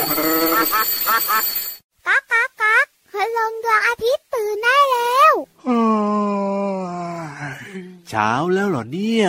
ก๊ากก๊ากก๊ากพลังดวงอาทิตย์ตื่นได้แล้วเช้าแล้วเหรอเนี่ย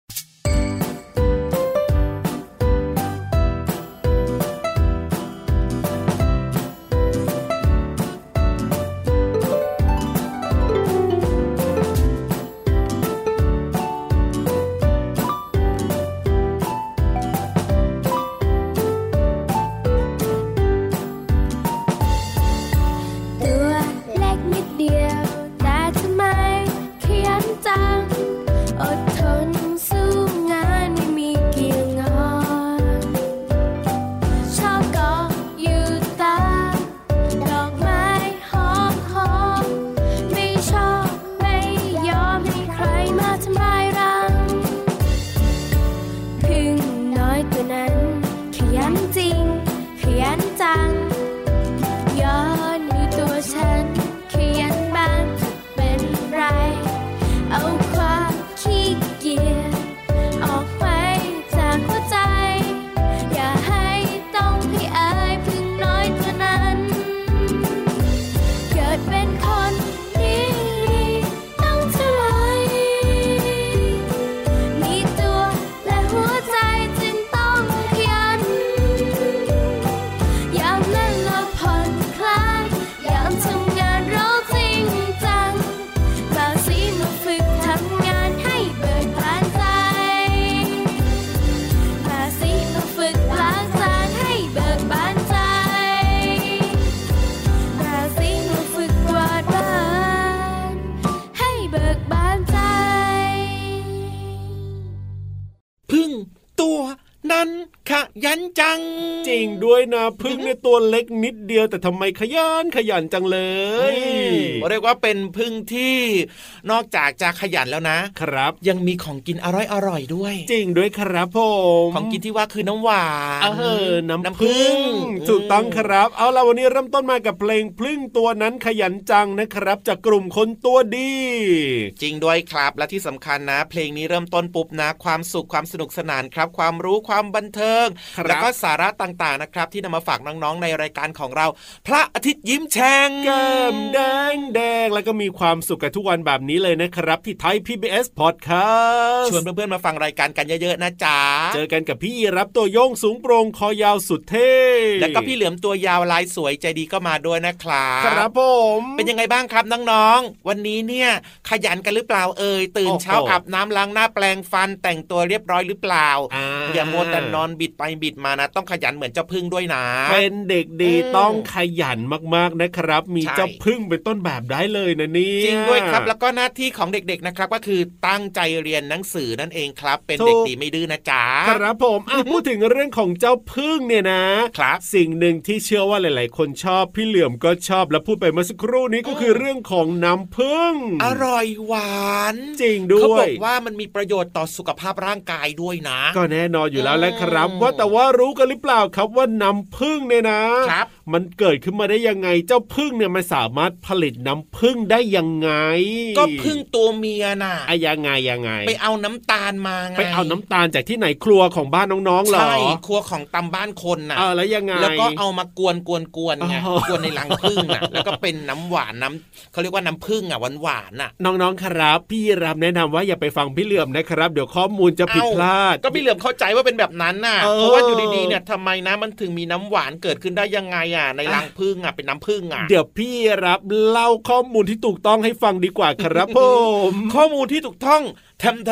ยันจังจริงด้วยนะพึ่งเนี่ยตัวเล็กนิดเดียวแต่ทำไมขยันจังเลยเรียกว่าเป็นพึ่งที่นอกจากจะขยันแล้วนะครับยังมีของกินอร่อยด้วยจริงด้วยครับผมของกินที่ว่าคือน้ำหวานน้ำพึ่งถูกต้องครับเอาล่ะวันนี้เริ่มต้นมากับเพลงพึ่งตัวนั้นขยันจังนะครับจากกลุ่มคนตัวดีจริงด้วยครับและที่สำคัญนะเพลงนี้เริ่มต้นปุ๊บนะความสุขความสนุกสนานครับความรู้ความบันเทิงแล้วก็สาระต่างๆนะครับที่นำมาฝากน้องๆในรายการของเราพระอาทิตย์ยิ้มแฉ่งแก้มแดงแล้วก็มีความสุขกันทุกวันแบบนี้เลยนะครับที่ไทย PBS Podcast ชวนเพื่อนๆมาฟังรายการกันเยอะๆนะจ๊ะเจอกันกับพี่รับตัวโยงสูงโปร่งคอยาวสุดเท่แล้วก็พี่เหลือมตัวยาวลายสวยใจดีก็มาด้วยนะครับครับผมเป็นยังไงบ้างครับน้องๆวันนี้เนี่ยขยันกันหรือเปล่าตื่นเช้าอาบน้ำล้างหน้าแปรงฟันแต่งตัวเรียบร้อยหรือเปล่าอย่ามัวแต่นอนบิดไปบิดมานะต้องขยันเหมือนเจ้าพึ่งด้วยนะเป็นเด็กดีต้องขยันมากๆนะครับมีเจ้าพึ่งเป็นต้นแบบได้เลยนะนี่จริงด้วยครับแล้วก็หน้าที่ของเด็กๆนะครับก็คือตั้งใจเรียนหนังสือนั่นเองครับเป็นเด็กดีไม่ดื้อนะจ๊ะครับผมพูดถึงเรื่องของเจ้าพึ่งเนี่ยนะครับสิ่งหนึ่งที่เชื่อว่าหลายๆคนชอบพี่เหลื่อมก็ชอบและพูดไปเมื่อสักครู่นี้ก็คือเรื่องของน้ำพึ่งอร่อยหวานจริงด้วยเขาบอกว่ามันมีประโยชน์ต่อสุขภาพร่างกายด้วยนะก็แน่นอนอยู่แล้วแหละครับว่าแต่ว่ารู้กันหรือเปล่าครับว่าน้ำผึ้งเนี่ยนะครับมันเกิดขึ้นมาได้ยังไงเจ้าผึ้งเนี่ยมันสามารถผลิตน้ำผึ้งได้ยังไงก็ผึ้งตัวเมียน่ะยังไงไปเอาน้ำตาลมาไงไปเอาน้ำตาลจากที่ไหนครัวของบ้านน้องๆเหรอใช่ครัวของตำบ้านคนน่ะแล้วยังไงแล้วก็เอามากวนไงกวนในรังผึ้งน่ะแล้วก็เป็นน้ำหวานเขาเรียกว่าน้ำผึ้งหวานน่ะน้องๆครับพี่รับแนะนำว่าอย่าไปฟังพี่เหลื่อมนะครับเดี๋ยวข้อมูลจะผิดพลาดก็พี่เหลื่อมเข้าใจว่าเป็นแบบนั้นน่ะเพราะว่าอยู่ดีๆเนี่ยทำไมนะมันถึงมีน้ำหวานเกิดขึ้นได้ยังไงในรังผึ้งเป็นน้ำผึ้งเดี๋ยวพี่รับเล่าข้อมูลที่ถูกต้องให้ฟังดีกว่าครับผมข้อมูลที่ถูกต้องทำ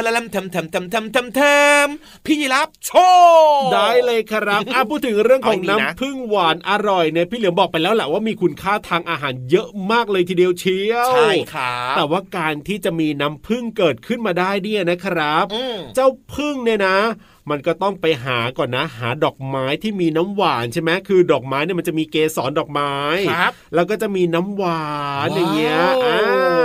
พี่รับโชว์ได้เลยครับพูดถึงเรื่องของน้ำผึ้งหวานอร่อยเนี่ยพี่เหลือมบอกไปแล้วแหละว่ามีคุณค่าทางอาหารเยอะมากเลยทีเดียวเชียวใช่ครับแต่ว่าการที่จะมีน้ำผึ้งเกิดขึ้นมาได้เนี่ยนะครับเจ้าผึ้งเนี่ยนะมันก็ต้องไปหาก่อนนะหาดอกไม้ที่มีน้ำหวานใช่ไหมคือดอกไม้เนี่ยมันจะมีเกสรดอกไม้แล้วก็จะมีน้ำหวานอย่างเงี้ย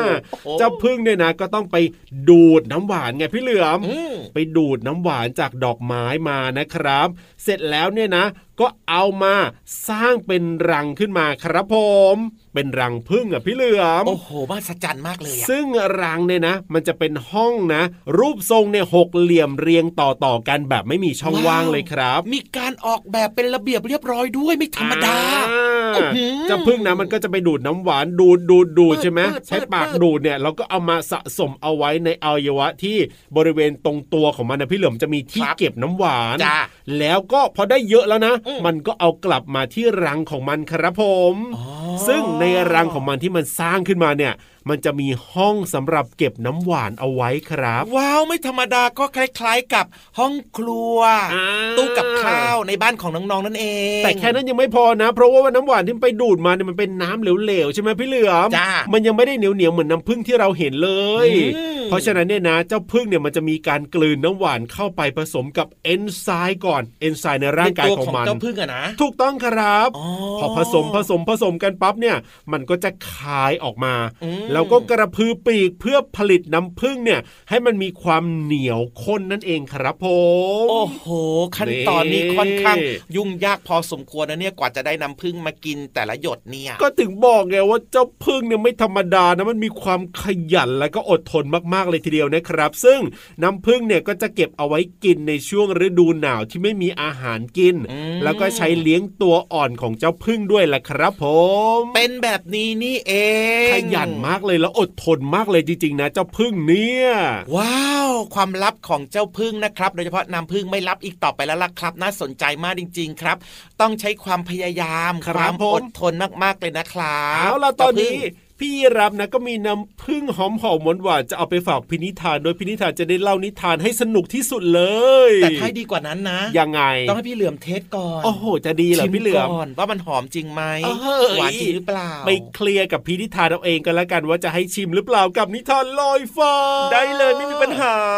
เจ้าผึ้งเนี่ยนะก็ต้องไปดูดน้ำหวานไงพี่เหลือมไปดูดน้ำหวานจากดอกไม้มานะครับเสร็จแล้วเนี่ยนะก็เอามาสร้างเป็นรังขึ้นมาครับผมเป็นรังผึ้งอ่ะพี่เหลือมโอ้โหมหัศจรรย์มากเลยซึ่งรังเนี่ยนะมันจะเป็นห้องนะรูปทรงเนี่ยหกเหลี่ยมเรียงต่อกันแบบไม่มีช่องว่างเลยครับมีการออกแบบเป็นระเบียบเรียบร้อยด้วยไม่ธรรมดาเจ้าผึ้งนะมันก็จะไปดูดน้ำหวานดูดใช่ไหมใช้ปากดูดเนี่ยเราก็เอามาสะสมเอาไว้ในอวัยวะที่บริเวณตรงตัวของมันนะพี่เหลือมจะมีที่เก็บน้ำหวานแล้วก็พอได้เยอะแล้วนะมันก็เอากลับมาที่รังของมันครับผมซึ่งในรังของมันที่มันสร้างขึ้นมาเนี่ยมันจะมีห้องสำหรับเก็บน้ำหวานเอาไว้ครับว้าวไม่ธรรมดาก็คล้ายๆกับห้องครัวตู้กับข้าวในบ้านของน้องๆนั่นเองแต่แค่นั้นยังไม่พอนะเพราะว่าน้ำหวานที่ไปดูดมาเนี่ยมันเป็นน้ำเหลวๆใช่ไหมพี่เหลือมมันยังไม่ได้เหนียวๆเหมือนน้ำผึ้งที่เราเห็นเลยเพราะฉะนั้นเนี่ยนะเจ้าผึ้งเนี่ยมันจะมีการกลืนน้ำหวานเข้าไปผสมกับเอนไซม์ก่อนเอนไซม์ในร่างกายของมันเจ้าผึ้งอะนะถูกต้องครับพอผสมกันปั๊บเนี่ยมันก็จะคายออกมาแล้วก็กระพือปีกเพื่อผลิตน้ำผึ้งเนี่ยให้มันมีความเหนียวข้นนั่นเองครับผมโอ้โหขั้นตอนนี้ค่อนข้างยุ่งยากพอสมควรนะเนี่ยกว่าจะได้น้ำผึ้งมากินแต่ละหยดเนี่ยก็ถึงบอกไงว่าเจ้าผึ้งเนี่ยไม่ธรรมดานะมันมีความขยันและก็อดทนมากๆเลยทีเดียวนะครับซึ่งน้ำผึ้งเนี่ยก็จะเก็บเอาไว้กินในช่วงฤดูหนาวที่ไม่มีอาหารกินแล้วก็ใช้เลี้ยงตัวอ่อนของเจ้าผึ้งด้วยแหละครับผมเป็นแบบนี้นี่เองขยันมากเลยแล้วอดทนมากเลยจริงๆนะเจ้าผึ้งเนี่ยว้าวความลับของเจ้าผึ้งนะครับโดยเฉพาะน้ำผึ้งไม่ลับอีกต่อไปแล้วล่ะครับน่าสนใจมากจริงๆครับต้องใช้ความพยายามความอดทนมากๆเลยนะครับเอาล่ะตอนนี้พี่รับนะก็มีน้ำผึ้งหอมหวานจะเอาไปฝากพินิธานโดยพินิธานจะได้เล่านิทานให้สนุกที่สุดเลยแต่ถ้าดีกว่านั้นนะยังไงต้องให้พี่เหลือมเทสก่อนโอ้โหจะดีเหรอพี่เหลือมว่ามันหอมจริงไหมหวานจริงหรือเปล่าไปเคลียร์กับพินิธานเอาเองกันแล้วกันว่าจะให้ชิมหรือเปล่ากับนิทานลอยฟ้าได้เลยไม่มีปัญหา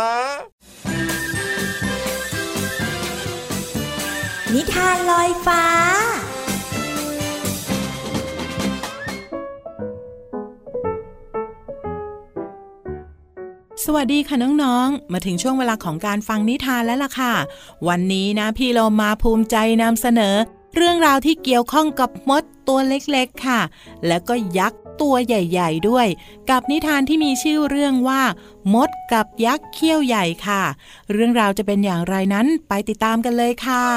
นิทานลอยฟ้าสวัสดีค่ะน้องๆมาถึงช่วงเวลาของการฟังนิทานแล้วล่ะค่ะวันนี้นะพี่เรามาภูมิใจนำเสนอเรื่องราวที่เกี่ยวข้องกับมดตัวเล็กๆค่ะแล้วก็ยักษ์ตัวใหญ่ๆด้วยกับนิทานที่มีชื่อเรื่องว่ามดกับยักษ์เขี้ยวใหญ่ค่ะเรื่องราวจะเป็นอย่างไรนั้นไปติดตามกันเลยค่ะ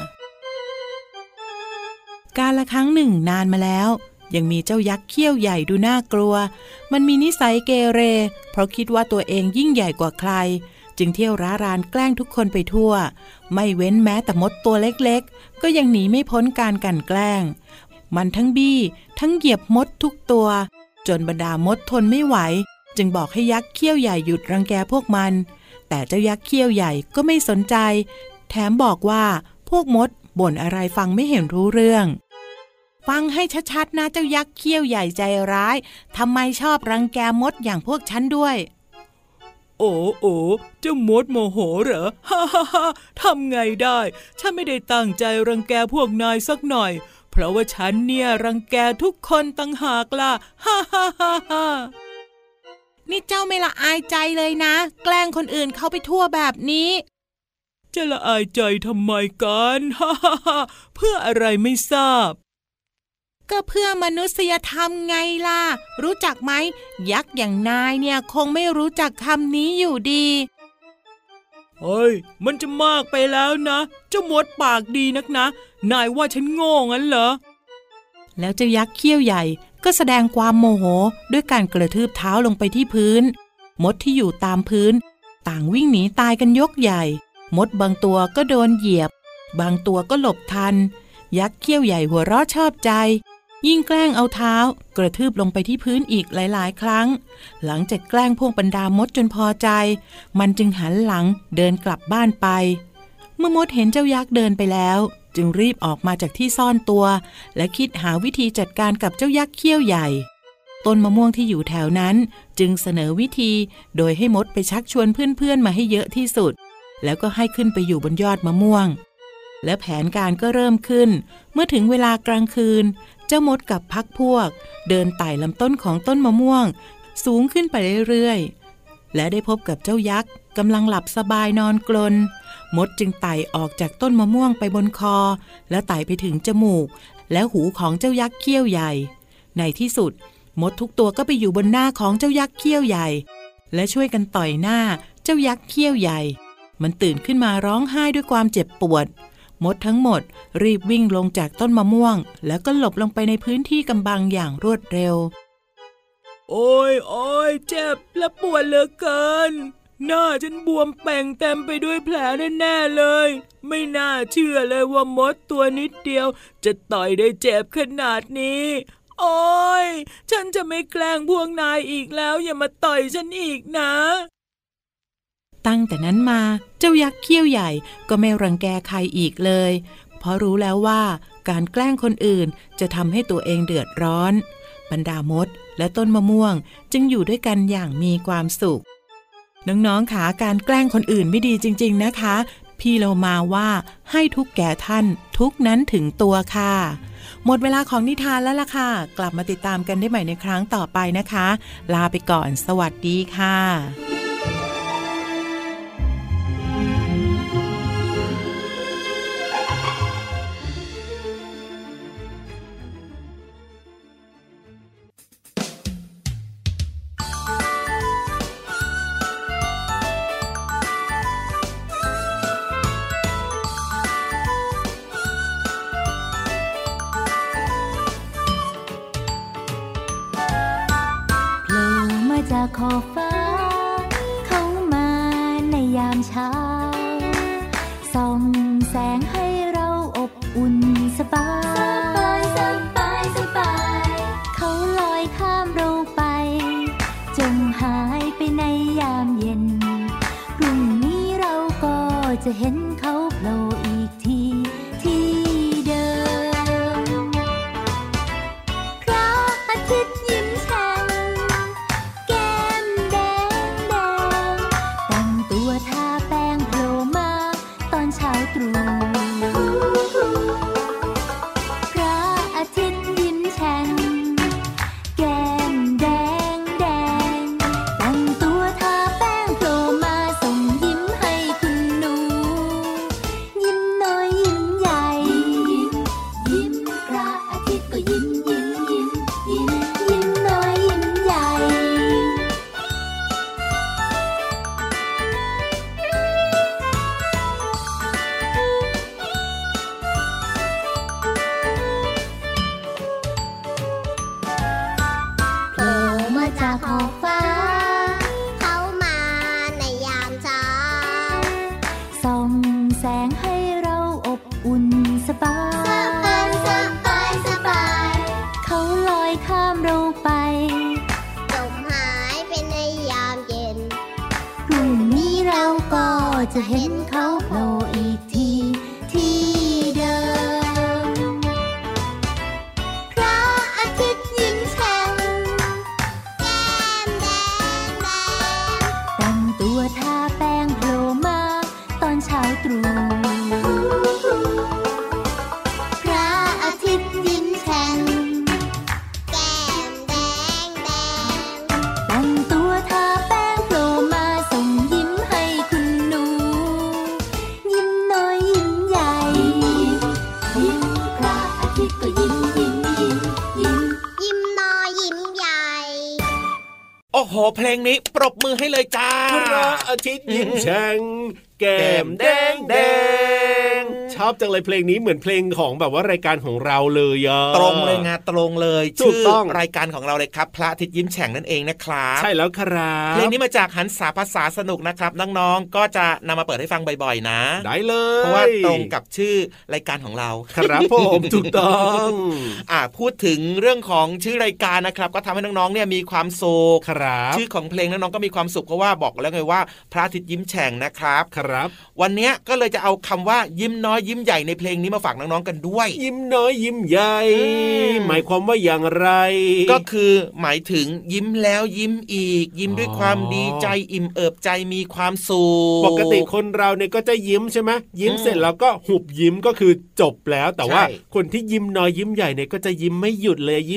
กาลครั้งหนึ่งนานมาแล้วยังมีเจ้ายักษ์เขี้ยวใหญ่ดูน่ากลัวมันมีนิสัยเกเรเพราะคิดว่าตัวเองยิ่งใหญ่กว่าใครจึงเที่ยวร้ารานแกล้งทุกคนไปทั่วไม่เว้นแม้แต่มดตัวเล็กๆก็ยังหนีไม่พ้นการกลั่นแกล้งมันทั้งบี้ทั้งเหยียบมดทุกตัวจนบรรดามดทนไม่ไหวจึงบอกให้ยักษ์เขี้ยวใหญ่หยุดรังแกพวกมันแต่เจ้ายักษ์เขี้ยวใหญ่ก็ไม่สนใจแถมบอกว่าพวกมดบ่นอะไรฟังไม่เห็นรู้เรื่องฟังให้ชัดๆนะเจ้ายักษ์เขี้ยวใหญ่ใจร้ายทำไมชอบรังแกมดอย่างพวกฉันด้วยโอ้เจ้ามดโมโหเหรอฮ่าฮ่าทำไงได้ฉันไม่ได้ตั้งใจรังแกพวกนายสักหน่อยเพราะว่าฉันเนี่ยรังแกทุกคนตั้งหากล่ะฮ่าฮ่าฮ่านี่เจ้าไม่ละอายใจเลยนะแกล้งคนอื่นเขาไปทั่วแบบนี้จะละอายใจทำไมกันฮ่าฮ่าเพื่ออะไรไม่ทราบก็เพื่อมนุษยธรรมไงล่ะรู้จักไหมยักษ์อย่างนายเนี่ยคงไม่รู้จักคำนี้อยู่ดีเฮ้ยมันจะมากไปแล้วนะเจ้ามดปากดีนักนะนายว่าฉันโง่งั้นเหรอแล้วเจ้ายักษ์เขี้ยวใหญ่ก็แสดงความโมโหด้วยการกระทืบเท้าลงไปที่พื้นมดที่อยู่ตามพื้นต่างวิ่งหนีตายกันยกใหญ่มดบางตัวก็โดนเหยียบบางตัวก็หลบทันยักษ์เขี้ยวใหญ่หัวเราะชอบใจยิ่งแกล้งเอาเท้ากระทืบลงไปที่พื้นอีกหลายๆครั้งหลังจากแกล้งพวกบรรดามดจนพอใจมันจึงหันหลังเดินกลับบ้านไปเมื่อมดเห็นเจ้ายักษ์เดินไปแล้วจึงรีบออกมาจากที่ซ่อนตัวและคิดหาวิธีจัดการกับเจ้ายักษ์เขี้ยวใหญ่ต้นมะม่วงที่อยู่แถวนั้นจึงเสนอวิธีโดยให้มดไปชักชวนเพื่อนๆมาให้เยอะที่สุดแล้วก็ให้ขึ้นไปอยู่บนยอดมะม่วงและแผนการก็เริ่มขึ้นเมื่อถึงเวลากลางคืนเจ้ามดกับพรรคพวกเดินไต่ลำต้นของต้นมะม่วงสูงขึ้นไปเรื่อยๆและได้พบกับเจ้ายักษ์กำลังหลับสบายนอนกลนมดจึงไต่ออกจากต้นมะม่วงไปบนคอแล้วไต่ไปถึงจมูกและหูของเจ้ายักษ์เขี้ยวใหญ่ในที่สุดมดทุกตัวก็ไปอยู่บนหน้าของเจ้ายักษ์เขี้ยวใหญ่และช่วยกันต่อยหน้าเจ้ายักษ์เขี้ยวใหญ่มันตื่นขึ้นมาร้องไห้ด้วยความเจ็บปวดมดทั้งหมดรีบวิ่งลงจากต้นมะม่วงแล้วก็หลบลงไปในพื้นที่กำบังอย่างรวดเร็วโอ้ยเจ็บและปวดเหลือเกินหน้าฉันบวมเป่งเต็มไปด้วยแผลแน่ๆเลยไม่น่าเชื่อเลยว่ามดตัวนิดเดียวจะต่อยได้เจ็บขนาดนี้โอ้ยฉันจะไม่แกล้งพวกนายอีกแล้วอย่ามาต่อยฉันอีกนะตั้งแต่นั้นมาเจ้ายักษ์เขี้ยวใหญ่ก็ไม่รังแกใครอีกเลยเพราะรู้แล้วว่าการแกล้งคนอื่นจะทำให้ตัวเองเดือดร้อนบรรดามดและต้นมะม่วงจึงอยู่ด้วยกันอย่างมีความสุขน้องๆขาการแกล้งคนอื่นไม่ดีจริงๆนะคะพี่เรามาว่าให้ทุกแก่ท่านทุกนั้นถึงตัวค่ะหมดเวลาของนิทานแล้วล่ะค่ะกลับมาติดตามกันได้ใหม่ในครั้งต่อไปนะคะลาไปก่อนสวัสดีค่ะจากขอบฟ้าเข้ามาในยามเช้าส่องแสงให้เราอบอุ่นสบายเขาลอยข้ามเราไปจงหายไปในยามเย็นพรุ่งนี้เราก็จะเห็นเขาโผล่อีกทีที่เดิมพระอาทิตย์ยิ้มแฉ่งจะเห็นเขาโผล่อีกทีที่เดิมพระอาทิตย์ยิ้มแฉ่งแก้มแดงแต่งตัวทาแป้งโผล่มาตอนเช้าตรู่พระอาทิตย์ยิ้มแฉ่งแก้มแดงแต่งตัวทาแป้งโผล่มาส่งยิ้มให้คุณหนูยิ้มน้อยยิ้มใหญ่ยิ้มพระอาทิตย์ก็ยิ้มน้อยยิ้มใหญ่โอ้โหเพลงนี้ปรบมือให้เลยจ้าพระอาทิตย์ยิ้มแฉ่งแก้มแดงชอบจังเลยเพลงนี้เหมือนเพลงของแบบว่ารายการของเราเลยตรงเลยงานตรงเลยชื่อรายการของเราเลยครับพระอาทิตย์ยิ้มแฉ่งนั่นเองนะครับใช่แล้วครับเพลงนี้มาจากหันษาภาษาสนุกนะครับน้องๆก็จะนำมาเปิดให้ฟังบ่อยๆนะได้เลยเพราะว่าตรงกับชื่อรายการของเราครับผมถูกต้องพูดถึงเรื่องของชื่อรายการนะครับก็ทำให้น้องๆเนี่ยมีความสุขชื่อของเพลงน้องๆก็มีความสุขเพราะว่าบอกแล้วไงว่าพระอาทิตย์ยิ้มแฉ่งนะครับวันนี้ก็เลยจะเอาคำว่ายิ้มน้อยยิ้มใหญ่ในเพลงนี้มาฝากน้องๆกันด้วยยิ้มน้อยยิ้มใหญ่หมายความว่าอย่างไรก็คือหมายถึงยิ้มแล้วยิ้มอีกยิ้มด้วยความดีใจอิ่มเอิบใจมีความสุขปกติคนเราเนี่ยก็จะยิ้มใช่ไหมยิ้มเสร็จแล้วก็หุบยิ้มก็คือจบแล้วแต่ว่าคนที่ยิ้มน้อยยิ้มใหญ่เนี่ยก็จะยิ้มไม่หยุดเลยยิ้ม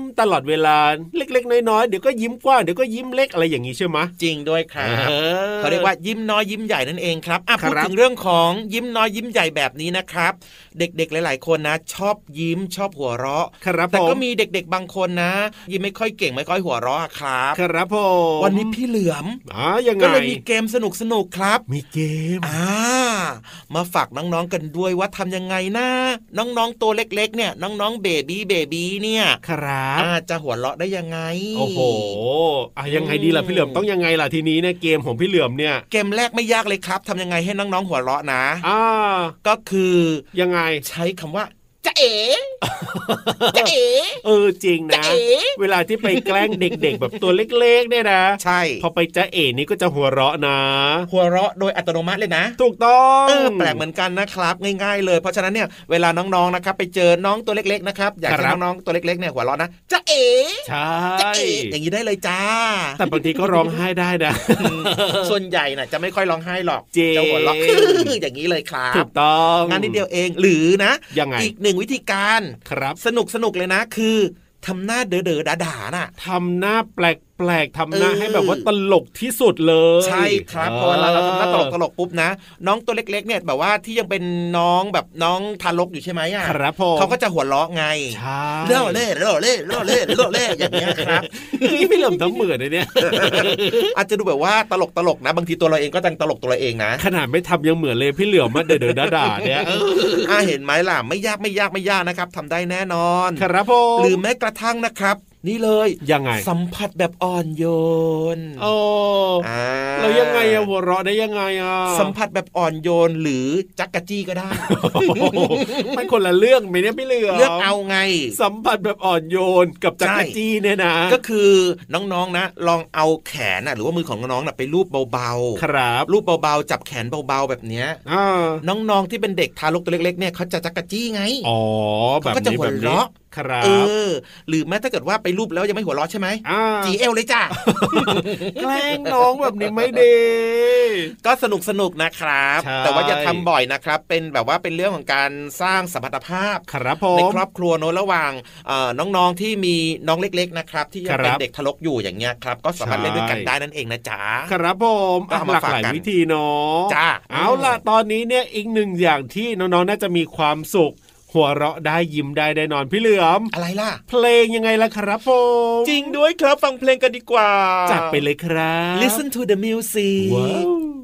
ตลอดเวลาเล็กๆน้อยๆเดี๋ยวก็ยิ้มกว้างเดี๋ยวก็ยิ้มเล็กอะไรอย่างนี้ใช่ไหมจริงด้วยครับเขาเรียกว่ายิ้มน้อยยิ้มใหญ่นั่นเองครับพูดถึงเรื่องของยิ้มน้อยยิ้มใหญ่แบบนี้นะครับเด็กๆหลายๆคนนะชอบยิ้มชอบหัวเราะแต่ก็มีเด็กๆบางคนนะยิ้มไม่ค่อยเก่งไม่ค่อยหัวเราะครับครับผมวันนี้พี่เหลือมยังไงก็เลยมีเกมสนุกๆครับมีเกมมาฝากน้องๆกันด้วยว่าทำยังไงนะน้องๆตัวเล็กๆเนี่ยน้องๆเบบี้เนี่ยครับจะหัวเราะได้ยังไงโอ้โหยังไงดีล่ะพี่เหลือมต้องยังไงล่ะทีนี้เนี่ยเกมของพี่เหลือมเนี่ยเกมแรกไม่ยากเลยครับทำยังไงให้น้องๆหัวเราะนะก็คือยังไงใช้คำว่าจะเอ๋จะเอ๋จริงนะเวลาที่ไปแกล้งเด็กๆแบบตัวเล็กๆเนี่ยนะใช่พอไปจะเอ๋นี่ก็จะหัวเราะนะหัวเราะโดยอัตโนมัติเลยนะถูกต้องแปลกเหมือนกันนะครับง่ายๆเลยเพราะฉะนั้นเนี่ยเวลาน้องๆนะครับไปเจอน้องตัวเล็กๆนะครับอยากให้น้องๆตัวเล็กๆเนี่ยหัวเราะนะจะเอ๋ใช่จะเอ๋อย่างนี้ได้เลยจ้าแต่บางทีก็ร้องไห้ได้นะส่วนใหญ่น่ะจะไม่ค่อยร้องไห้หรอกจะหัวเราะอย่างนี้เลยครับถูกต้องงานนิดเดียวเองหรือนะยังไงอีกหนึ่งวิธีการครับสนุกเลยนะคือทำหน้าเด๋อๆด่าๆน่ะทำหน้าแปลกทำหน้าให้แบบว่าตลกที่สุดเลยใช่ครับพอเราทำหน้าตลกปุ๊บนะน้องตัวเล็กๆเนี่ยแบบว่าที่ยังเป็นน้องแบบน้องทารกอยู่ใช่ไหมอ่ะครับผมเขาก็จะหัวเราะไงใช่เล่าเล่อย่างเงี้ยครับพี่เหลิมทำเหมือนเลยเนี่ยอาจจะดูแบบว่าตลกนะบางทีตัวเราเองก็จังตลกตัวเราเองนะขนาดไม่ทำยังเหมือนเลยพี่เหลือมมาเด๋อด่าเนี่ยเห็นไหมล่ะไม่ยากนะครับทำได้แน่นอนครับผมหรือแม้กระทั่งนะครับนี่เลยยังไงสัมผัสแบบอ่อนโยนแล้วยังไงหัวเราะได้ยังไงสัมผัสแบบอ่อนโยนหรือจักกะจี้ก็ได้มันคนละเรื่องไหมเนี่ยพี่เหลือมเลือกเอาไงสัมผัสแบบอ่อนโยนกับจักกะจี้เนี่ยนะก็คือน้องๆนะลองเอาแขนหรือว่ามือของน้องๆไปลูบเบาๆครับลูบเบาๆจับแขนเบาๆแบบเนี้ยน้องๆที่เป็นเด็กทารกตัวเล็กๆเนี่ยเขาจะจักกะจี้ไงแบบนี้แบบนี้ครับหรือแม้ถ้าเกิดว่าไปรูปแล้วยังไม่หัวเราะใช่ไหมจีเอลเลยจ้าแกล้งน้องแบบนี้ไม่ดีก็สนุกนะครับแต่ว่าอย่าทำบ่อยนะครับเป็นแบบว่าเป็นเรื่องของการสร้างสัมพันธภาพในครอบครัวโน้นระหว่างน้องๆที่มีน้องเล็กๆนะครับที่ยังเป็นเด็กทารกอยู่อย่างเงี้ยครับก็สามารถเล่นด้วยกันได้นั่นเองนะจ๊ะครับผมหลากหลายวิธีเนาะจ้าเอาล่ะตอนนี้เนี่ยอีกหนึ่งอย่างที่น้องๆน่าจะมีความสุขหัวเราะได้ยิ้มได้แน่นอนพี่เหลือมอะไรล่ะเพลงยังไงล่ะครับผมจริงด้วยครับฟังเพลงกันดีกว่าจัดไปเลยครับ Listen to the music ว้าว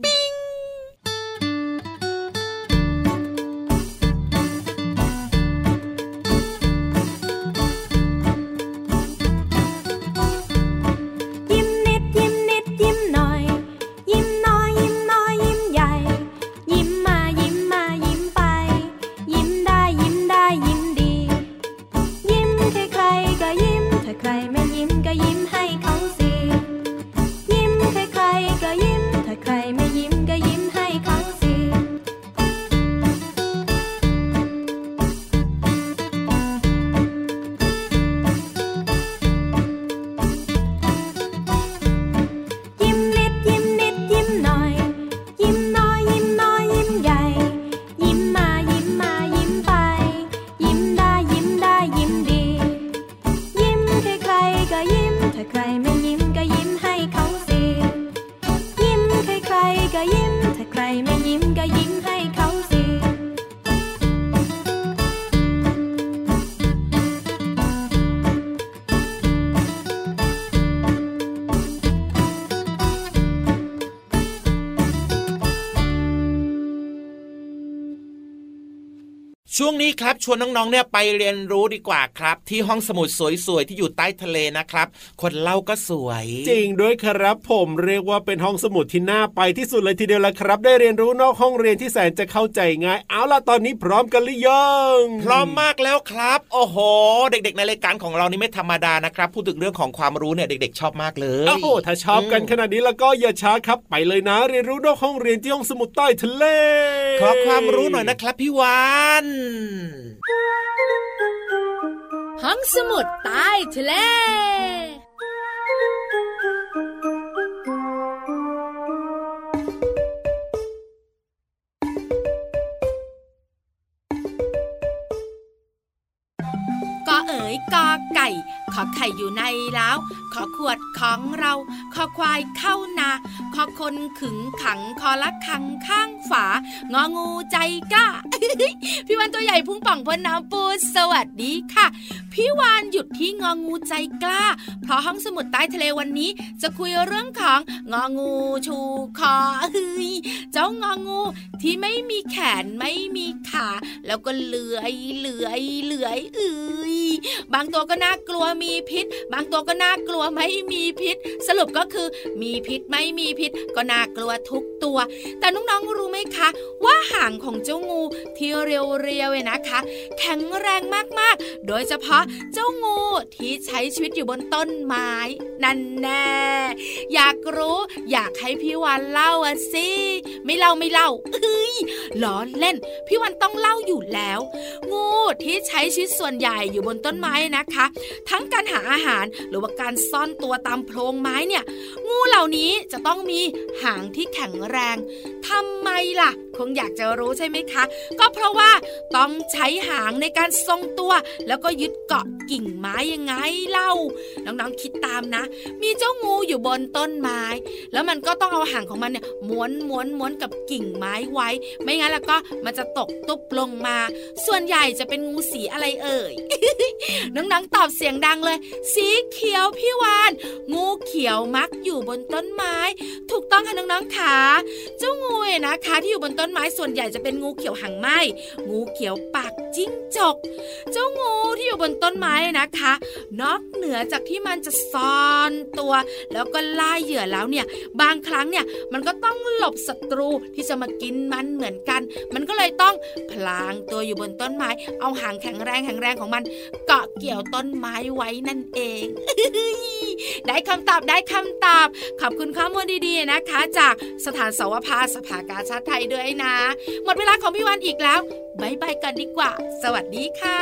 ช่วงนี้ครับชวนน้องๆเนี่ยไปเรียนรู้ดีกว่าครับที่ห้องสมุดสวยๆที่อยู่ใต้ทะเลนะครับคนเล่าก็สวยจริงด้วยครับผมเรียกว่าเป็นห้องสมุดที่น่าไปที่สุดเลยทีเดียวละครับได้เรียนรู้นอกห้องเรียนที่แสนจะเข้าใจง่ายเอาล่ะตอนนี้พร้อมกันหรือยังพร้อมมากแล้วครับโอ้โหเด็กๆในรายการของเรานี่ไม่ธรรมดานะครับพูดถึงเรื่องของความรู้เนี่ยเด็กๆชอบมากเลยโอ้โหถ้าชอบกันขนาดนี้แล้วก็อย่าช้าครับไปเลยนะเรียนรู้นอกห้องเรียนที่ห้องสมุดใต้ทะเลขอความรู้หน่อยนะครับพี่วานห้องสมุดใต้ทะเลก็เอ๋ยกอไก่ขอไข่อยู่ในเล้าขอขวดของเราขอควายเข้านาขอคนขึงขังคอละคังข้างฝางองูใจกล้า พี่วานตัวใหญ่พุ่งป่องพ้นน้ำปูสวัสดีค่ะพี่วานหยุดที่งองูใจกล้าเพราะห้องสมุดใต้ทะเลวันนี้จะคุยเรื่องของงองูชูคอเจ้างองูที่ไม่มีแขนไม่มีขาแล้วก็เลื้อยบางตัวก็น่ากลัวมีพิษบางตัวก็น่ากลัวไม่มีพิษสรุปก็คือมีพิษไม่มีพิษก็น่ากลัวทุกตัวแต่น้องๆรู้ไหมคะว่าหางของเจ้างูที่เรียวๆนะคะแข็งแรงมากๆโดยเฉพาะเจ้างูที่ใช้ชีวิตอยู่บนต้นไม้นั่นแน่อยากรู้อยากให้พี่วันเล่าสิไม่เล่าล้อเล่นพี่วันต้องเล่าอยู่แล้วงูที่ใช้ชีวิตส่วนใหญ่อยู่บนต้นไม้นะคะทั้งการหาอาหารหรือว่าการซ่อนตัวตามโพรงไม้เนี่ยงูเหล่านี้จะต้องมีหางที่แข็งแรงทำไมล่ะคงอยากจะรู้ใช่ไหมคะก็เพราะว่าต้องใช้หางในการทรงตัวแล้วก็ยึดเกาะกิ่งไม้ยังไงเล่าน้องๆคิดตามนะมีเจ้างูอยู่บนต้นไม้แล้วมันก็ต้องเอาหางของมันเนี่ยม้วนกับกิ่งไม้ไว้ไม่งั้นแล้วก็มันจะตกตุ๊บลงมาส่วนใหญ่จะเป็นงูสีอะไรเอ่ย น้องๆตอบเสียงดังเลยสีเขียวพี่วานงูเขียวมักอยู่บนต้นไม้ถูกต้องค่ะน้องๆค่ะเจ้างูนะคะที่อยู่บนต้นไม้ส่วนใหญ่จะเป็นงูเขียวหางไหม้งูเขียวปากจิ้งจกเจ้างูที่อยู่บนต้นไม้นะคะนอกเหนือจากที่มันจะซ่อนตัวแล้วก็ล่าเหยื่อแล้วเนี่ยบางครั้งเนี่ยมันก็ต้องหลบศัตรูที่จะมากินมันเหมือนกันมันก็เลยต้องพลางตัวอยู่บนต้นไม้เอาหางแข็งแรงของมันเกาะเกี่ยวต้นไม้ไว้นั่นเอง ได้คำตอบขอบคุณข้อมูลดีๆนะคะจากสถานสวภาสภากาชาดไทยด้วยนะหมดเวลาของพี่วันอีกแล้วบ๊ายบายกันดีกว่าสวัสดีค่ะ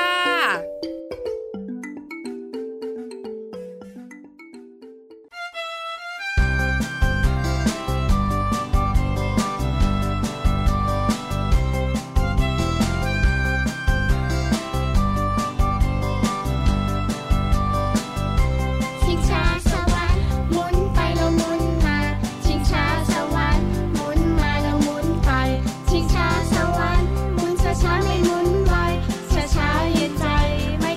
ช้าไม่หมุนไวช้าเย็นใจไม่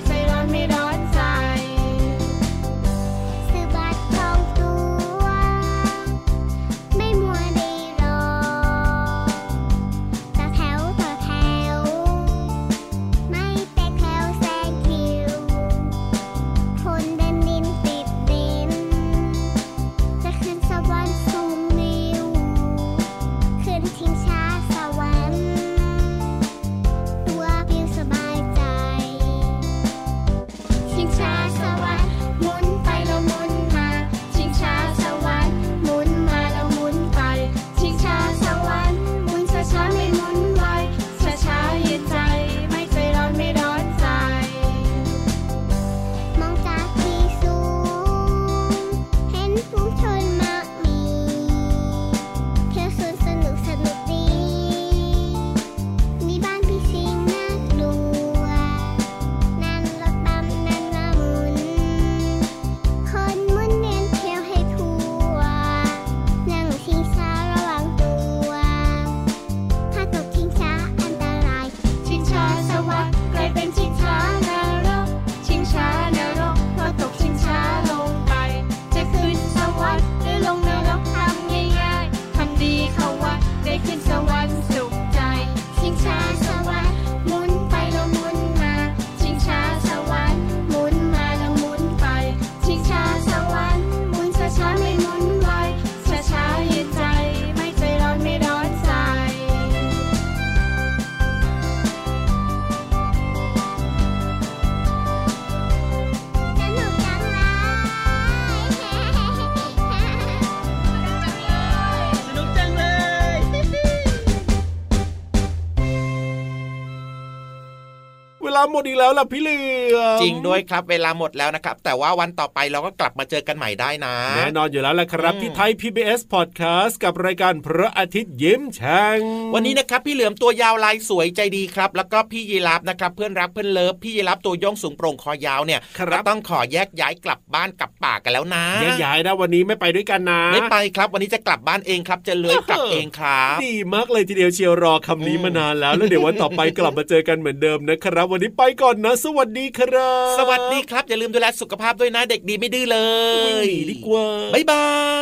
เวลาหมดอีกแล้วล่ะพี่เหลือมจริงด้วยครับเวลาหมดแล้วนะครับแต่ว่าวันต่อไปเราก็กลับมาเจอกันใหม่ได้นะแน่นอนอยู่แล้วแหละครับที่ไทย PBS Podcast กับรายการพระอาทิตย์ยิ้มแฉ่งวันนี้นะครับพี่เหลือมตัวยาวลายสวยใจดีครับแล้วก็พี่ยีราฟนะครับเพื่อนรักเพื่อนเลิฟพี่ยีราฟตัวย่องสูงโปร่งคอยาวเนี่ยก็ต้องขอแยกย้ายกลับบ้านกลับป่ากันแล้วนะแยกย้ายนะวันนี้ไม่ไปด้วยกันนะไม่ไปครับวันนี้จะกลับบ้านเองครับจะเลื้อยกลับเองครับดีมากเลยทีเดียวเชียวรอคำนี้มานานแล้วเดี๋ยววันต่อไปกลับมาเจอกันเหมือนเดิมนะครับวันนี้ไปก่อนนะสวัสดีครับสวัสดีครับอย่าลืมดูแลสุขภาพด้วยนะเด็กดีไม่ดื้อเลยดีกว่าบ๊ายบาย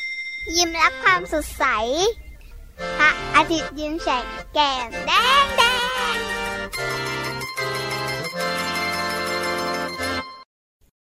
ยิ้มรับความสดใสพระอาทิตย์ยิ้มแฉกแก้มแดง